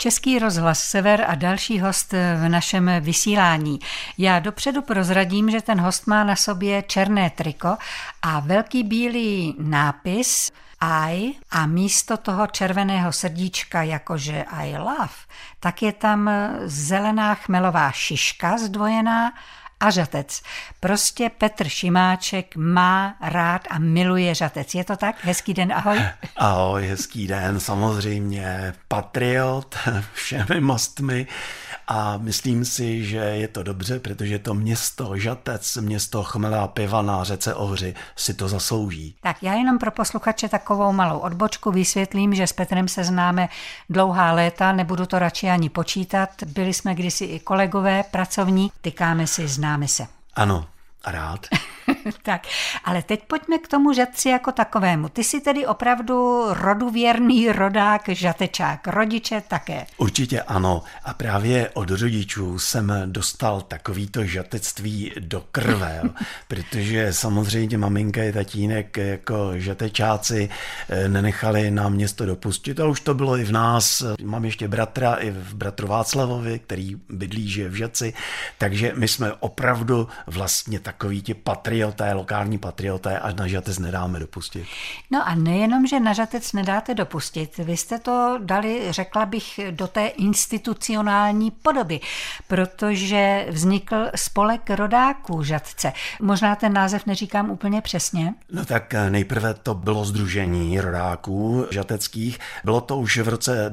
Český rozhlas Sever a další host v našem vysílání. Já dopředu prozradím, že ten host má na sobě černé triko a velký bílý nápis I a místo toho červeného srdíčka jakože I love, tak je tam zelená chmelová šiška zdvojená a žatec. Prostě Petr Šimáček má rád a miluje žatec. Je to tak? Hezký den, ahoj. Ahoj, hezký den, samozřejmě patriot všemi mostmi a myslím si, že je to dobře, protože to město Žatec, město chmele a piva na řece Ohři si to zaslouží. Tak já jenom pro posluchače takovou malou odbočku vysvětlím, že s Petrem se známe dlouhá léta, nebudu to radši ani počítat. Byli jsme kdysi i kolegové pracovní, tykáme si, známe se. Ano, rád. Tak, ale teď pojďme k tomu Žatci jako takovému. Ty jsi tedy opravdu roduvěrný rodák, žatečák, rodiče také. Určitě ano a právě od rodičů jsem dostal takovýto žatectví do krve, protože samozřejmě maminka i tatínek jako žatečáci nenechali nám město dopustit a už to bylo i v nás. Mám ještě bratra i v bratru Václavovi, který bydlí, žije v Žatci, takže my jsme opravdu vlastně takoví ti patrioté, lokální patrioté a na Žatec nedáme dopustit. No a nejenom, že na Žatec nedáte dopustit, vy jste to dali, řekla bych, do té institucionální podoby, protože vznikl spolek rodáků Žatce. Možná ten název neříkám úplně přesně. No tak nejprve to bylo sdružení rodáků žateckých. Bylo to už v roce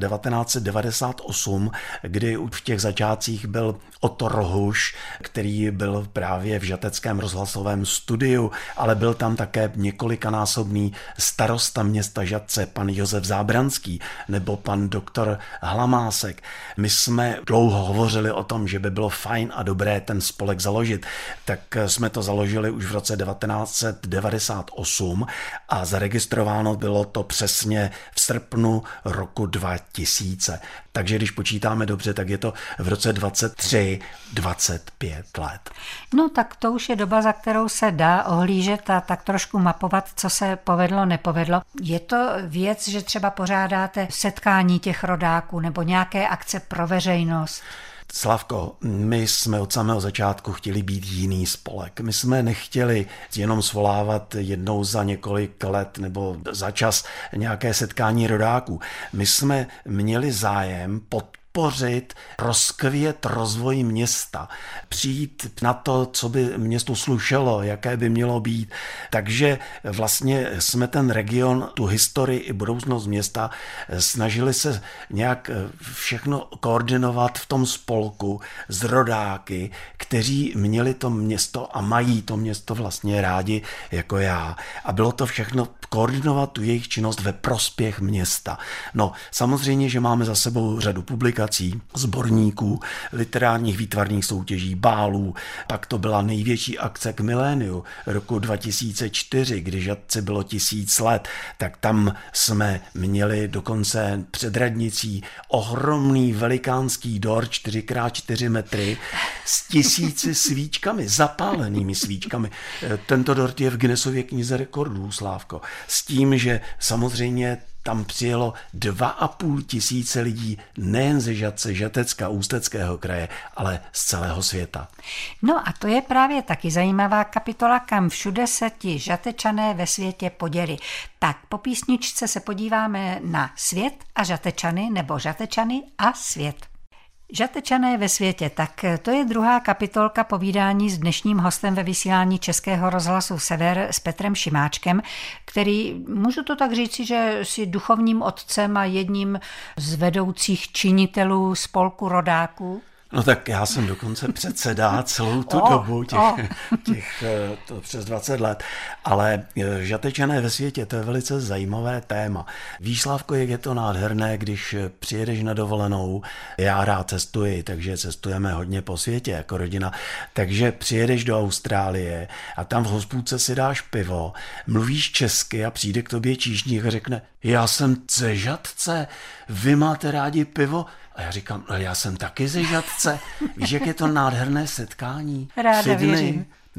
1998, kdy v těch začátcích byl Otto Rohuš, který byl právě v žateckém rozhlasovém studiu, ale byl tam také několikanásobný starosta města Žatce, pan Josef Zábranský nebo pan doktor Hlamásek. My jsme dlouho hovořili o tom, že by bylo fajn a dobré ten spolek založit, tak jsme to založili už v roce 1998 a zaregistrováno bylo to přesně v srpnu roku 2000. Takže když počítáme dobře, tak je to v roce 25 let. No tak to už je doba, za kterou se dá ohlížet a tak trošku mapovat, co se povedlo, nepovedlo. Je to věc, že třeba pořádáte setkání těch rodáků nebo nějaké akce pro veřejnost? Slavko, my jsme od samého začátku chtěli být jiný spolek. My jsme nechtěli jenom svolávat jednou za několik let nebo za čas nějaké setkání rodáků. My jsme měli zájem podpořit rozkvět rozvoj města, přijít na to, co by městu slušelo, jaké by mělo být. Takže vlastně jsme ten region, tu historii i budoucnost města snažili se nějak všechno koordinovat v tom spolku s rodáky, kteří měli to město a mají to město vlastně rádi jako já. A bylo to všechno koordinovat tu jejich činnost ve prospěch města. No, samozřejmě, že máme za sebou řadu publikací, sborníků, literárních výtvarných soutěží, bálů. Pak to byla největší akce k miléniu roku 2004, kdy Žatci bylo 1000 let, tak tam jsme měli dokonce před radnicí ohromný velikánský dort 4x4 metry s 1000 svíčkami, zapálenými svíčkami. Tento dort je v Guinnessově knize rekordů, Slávko. S tím, že samozřejmě tam přijelo 2500 lidí nejen ze Žatce, Žatecka, Ústeckého kraje, ale z celého světa. No a to je právě taky zajímavá kapitola, kam všude se ti Žatečané ve světě poděli. Tak po písničce se podíváme na svět a Žatečany nebo Žatečany a svět. Žatečané ve světě, tak to je druhá kapitolka povídání s dnešním hostem ve vysílání Českého rozhlasu Sever s Petrem Šimáčkem, který, můžu to tak říci, že si duchovním otcem a jedním z vedoucích činitelů spolku rodáků. No tak já jsem dokonce předsedá celou tu dobu, těch přes 20 let, ale Žatečané ve světě, to je velice zajímavé téma. Víš, Slávko, jak je to nádherné, když přijedeš na dovolenou, já rád cestuji, takže cestujeme hodně po světě jako rodina, takže přijedeš do Austrálie a tam v hospůdce si dáš pivo, mluvíš česky a přijde k tobě číšník a řekne, já jsem ze Žatce, vy máte rádi pivo? A já říkám, já jsem taky ze Žatce. Víš, jak je to nádherné setkání? Ráda věřím.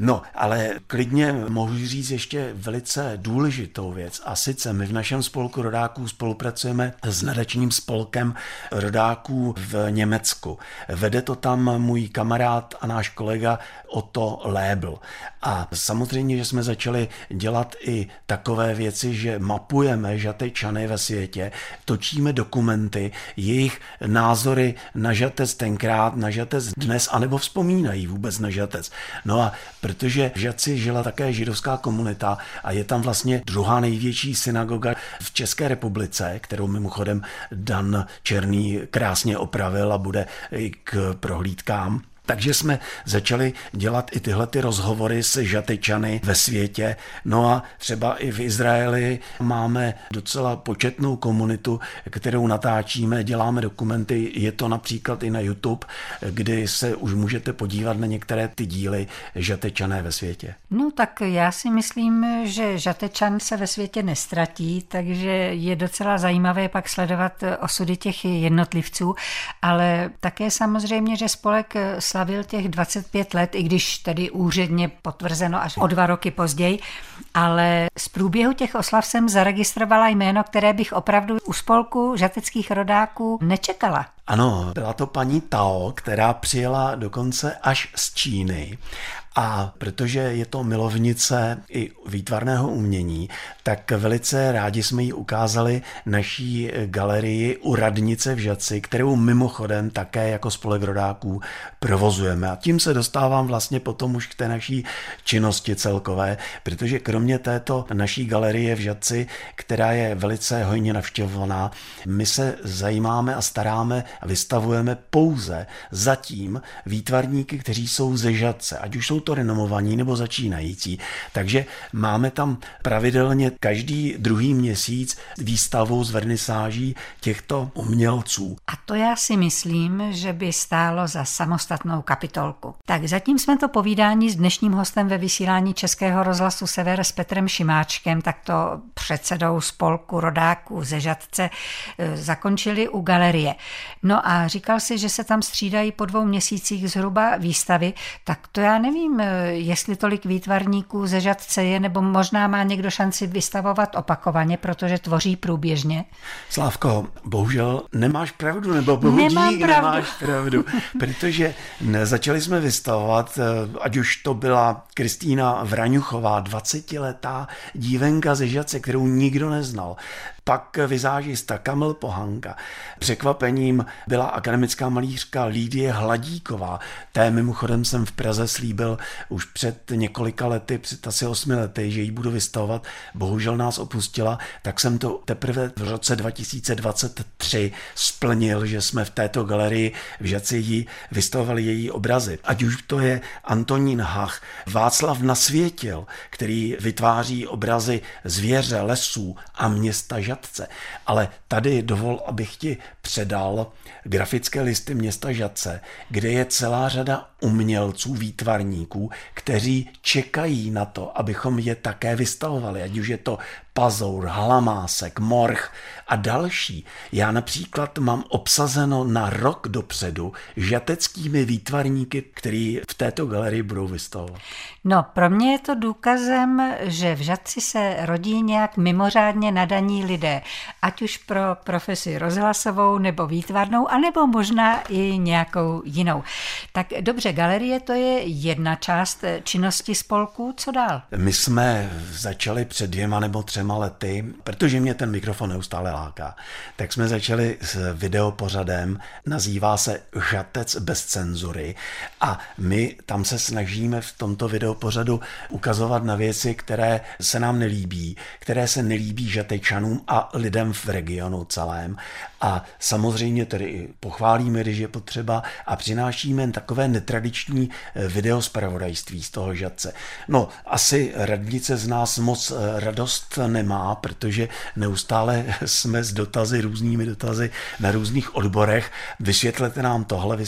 No, ale klidně mohu říct ještě velice důležitou věc. A sice my v našem spolku rodáků spolupracujeme s nadačním spolkem rodáků v Německu. Vede to tam můj kamarád a náš kolega Otto Lébl. A samozřejmě, že jsme začali dělat i takové věci, že mapujeme žatečany ve světě, točíme dokumenty, jejich názory na žatec tenkrát, na žatec dnes, anebo vzpomínají vůbec na žatec. No a protože v Žatci žila také židovská komunita a je tam vlastně druhá největší synagoga v České republice, kterou mimochodem Dan Černý krásně opravil a bude i k prohlídkám. Takže jsme začali dělat i tyhle ty rozhovory s Žatečany ve světě. No a třeba i v Izraeli máme docela početnou komunitu, kterou natáčíme, děláme dokumenty. Je to například i na YouTube, kdy se už můžete podívat na některé ty díly Žatečané ve světě. No tak já si myslím, že Žatečan se ve světě nestratí, takže je docela zajímavé pak sledovat osudy těch jednotlivců, ale také samozřejmě, že spolek slavil těch 25 let, i když tedy úředně potvrzeno až o 2 roky později, ale z průběhu těch oslav jsem zaregistrovala jméno, které bych opravdu u spolku žateckých rodáků nečekala. Ano, byla to paní Tao, která přijela dokonce až z Číny. A protože je to milovnice i výtvarného umění, tak velice rádi jsme jí ukázali naší galerii u Radnice v Žatci, kterou mimochodem také jako spolek rodáků provozujeme. A tím se dostávám vlastně potom už k té naší činnosti celkové, protože kromě této naší galerie v Žatci, která je velice hojně navštěvovaná, my se zajímáme a staráme a vystavujeme pouze zatím výtvarníky, kteří jsou ze Žatce, ať už jsou to renomovaní nebo začínající. Takže máme tam pravidelně každý druhý měsíc výstavu z vernisáží těchto umělců. A to já si myslím, že by stálo za samostatnou kapitolku. Tak zatím jsme to povídání s dnešním hostem ve vysílání Českého rozhlasu Sever s Petrem Šimáčkem, takto předsedou spolku rodáků ze Žatce, zakončili u galerie. No a říkal si, že se tam střídají po 2 měsících zhruba výstavy, tak to já nevím, jestli tolik výtvarníků ze Žatce je, nebo možná má někdo šanci vystavovat opakovaně, protože tvoří průběžně. Slávko, bohužel nemáš pravdu, nebo bohudík nemáš pravdu, protože začali jsme vystavovat, ať už to byla Kristýna Vraňuchová, 20letá dívenka ze Žatce, kterou nikdo neznal. Pak vizážista Kamil Pohanka. Překvapením byla akademická malířka Lídie Hladíková. Té mimochodem jsem v Praze slíbil už před několika lety, před asi 8 lety, že ji budu vystavovat. Bohužel nás opustila, tak jsem to teprve v roce 2023 splnil, že jsme v této galerii v Žatci jí vystavovali její obrazy. Ať už to je Antonín Hach, Václav Nasvětil, který vytváří obrazy zvěře, lesů a města Žatce. Ale tady dovol, abych ti předal grafické listy města Žatce, kde je celá řada umělců, výtvarníků, kteří čekají na to, abychom je také vystavovali, ať už je to Pazour, Hlamásek, Morch a další. Já například mám obsazeno na rok dopředu žateckými výtvarníky, který v této galerii budou vystavovat. No, pro mě je to důkazem, že v Žatci se rodí nějak mimořádně nadaní lidé, ať už pro profesi rozhlasovou nebo výtvarnou, anebo možná i nějakou jinou. Tak dobře, galerie to je jedna část činnosti spolku, co dál? My jsme začali před 2 nebo 3 lety, protože mě ten mikrofon neustále láká, tak jsme začali s videopořadem, nazývá se Žatec bez cenzury a my tam se snažíme v tomto videopořadu ukazovat na věci, které se nám nelíbí, které se nelíbí Žatečanům a lidem v regionu celém. A samozřejmě tedy i pochválíme, když je potřeba a přinášíme takové netradiční videozpravodajství z toho Žatce. No, asi Radnice z nás moc radost nemá, protože neustále jsme s různými dotazy na různých odborech. Vysvětlete nám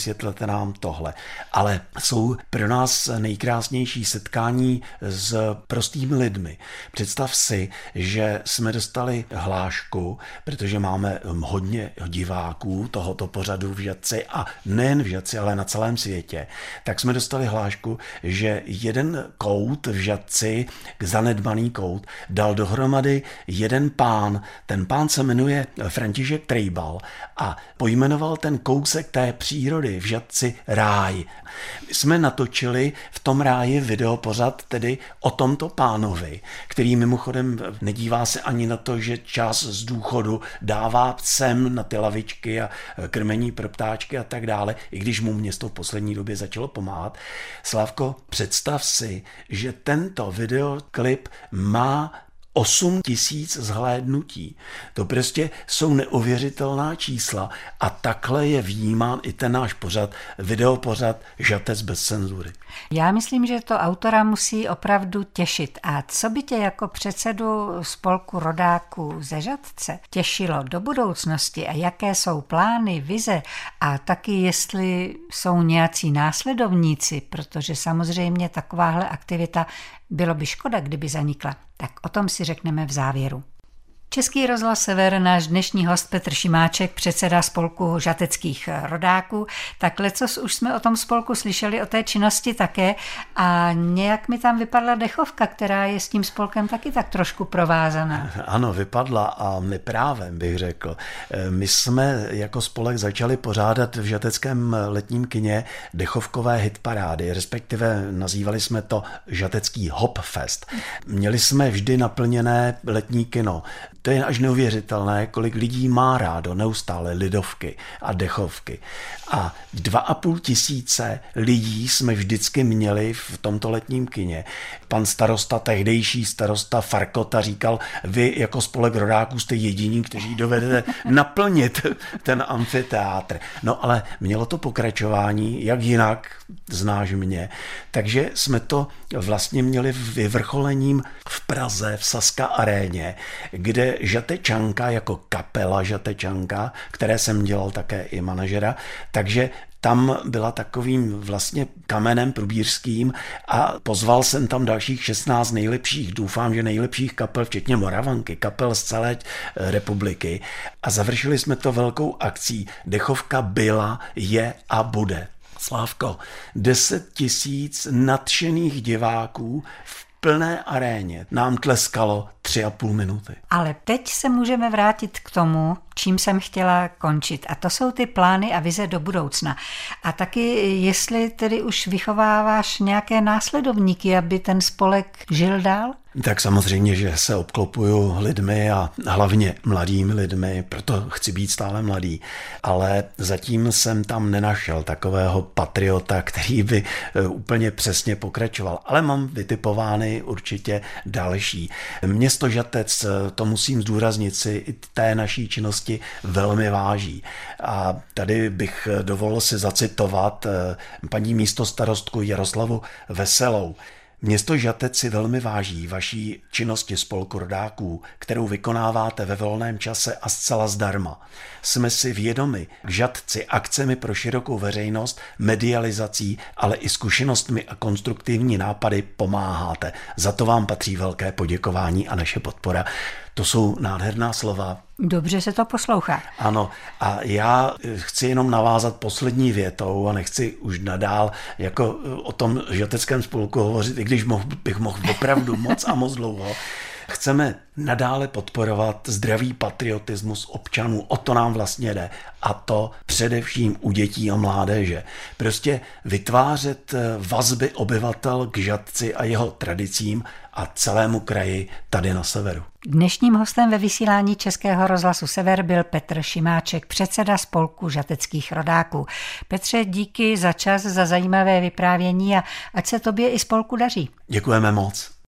tohle. Ale jsou pro nás nejkrásnější setkání s prostými lidmi. Představ si, že jsme dostali hlášku, protože máme hodně diváků tohoto pořadu v Žatci a nejen v Žatci, ale na celém světě, tak jsme dostali hlášku, že jeden kout v Žatci, zanedbaný kout, dal dohromady jeden pán. Ten pán se jmenuje František Trejbal a pojmenoval ten kousek té přírody v Žatci Ráj. Jsme natočili v tom ráji videopořad tedy o tomto pánovi, který mimochodem nedívá se ani na to, že čas z důchodu dává psem na ty lavičky a krmení pro ptáčky a tak dále, i když mu město v poslední době začalo pomáhat. Slávko, představ si, že tento videoklip má 8 000 zhlédnutí. To prostě jsou neuvěřitelná čísla a takhle je vnímán i ten náš pořad, videopořad Žatec bez cenzury. Já myslím, že to autora musí opravdu těšit. A co by tě jako předsedu spolku rodáků ze Žatce těšilo do budoucnosti a jaké jsou plány, vize a taky jestli jsou nějací následovníci, protože samozřejmě takováhle aktivita bylo by škoda, kdyby zanikla. Tak o tom si řekneme v závěru. Český rozhlas Sever, náš dnešní host Petr Šimáček, předseda spolku žateckých rodáků. Tak lecos už jsme o tom spolku slyšeli, o té činnosti také a nějak mi tam vypadla dechovka, která je s tím spolkem taky tak trošku provázaná. Ano, vypadla a neprávem bych řekl. My jsme jako spolek začali pořádat v žateckém letním kině dechovkové hitparády, respektive nazývali jsme to žatecký Hopfest. Měli jsme vždy naplněné letní kino. To je až neuvěřitelné, kolik lidí má rádo neustále lidovky a dechovky. A 2,5 tisíce lidí jsme vždycky měli v tomto letním kině. Pan starosta, tehdejší starosta Farkota říkal, vy jako spolek rodáků jste jediní, kteří dovedete naplnit ten amfiteátr. No ale mělo to pokračování, jak jinak, znáš mě. Takže jsme to vlastně měli vyvrcholením v Praze, v Saska aréně, kde Žatečanka jako kapela Žatečanka, které jsem dělal také i manažera, takže tam byla takovým vlastně kamenem průbířským a pozval jsem tam dalších 16 nejlepších, doufám, že nejlepších kapel, včetně Moravanky, kapel z celé republiky a završili jsme to velkou akcí. Dechovka byla, je a bude. Slávko, 10 000 nadšených diváků v plné aréně nám tleskalo 3,5 minuty. Ale teď se můžeme vrátit k tomu, čím jsem chtěla končit. A to jsou ty plány a vize do budoucna. A taky, jestli tedy už vychováváš nějaké následovníky, aby ten spolek žil dál? Tak samozřejmě, že se obklopuju lidmi a hlavně mladými lidmi, proto chci být stále mladý. Ale zatím jsem tam nenašel takového patriota, který by úplně přesně pokračoval. Ale mám vytipovány určitě další. Město Žatec, to musím zdůraznit, si i té naší činnosti velmi váží. A tady bych dovolil si zacitovat paní místostarostku Jaroslavu Veselou. Město Žatec si velmi váží vaší činnosti spolku rodáků, kterou vykonáváte ve volném čase a zcela zdarma. Jsme si vědomi k Žatci akcemi pro širokou veřejnost, medializací, ale i zkušenostmi a konstruktivní nápady pomáháte. Za to vám patří velké poděkování a naše podpora. To jsou nádherná slova. Dobře se to poslouchá. Ano, a já chci jenom navázat poslední větou a nechci už nadál jako o tom žateckém spolku hovořit, i když bych mohl opravdu moc a moc dlouho. Chceme nadále podporovat zdravý patriotismus občanů, o to nám vlastně jde. A to především u dětí a mládeže. Prostě vytvářet vazby obyvatel k Žatci a jeho tradicím a celému kraji tady na severu. Dnešním hostem ve vysílání Českého rozhlasu Sever byl Petr Šimáček, předseda spolku žateckých rodáků. Petře, díky za čas, za zajímavé vyprávění a ať se tobě i spolku daří. Děkujeme moc.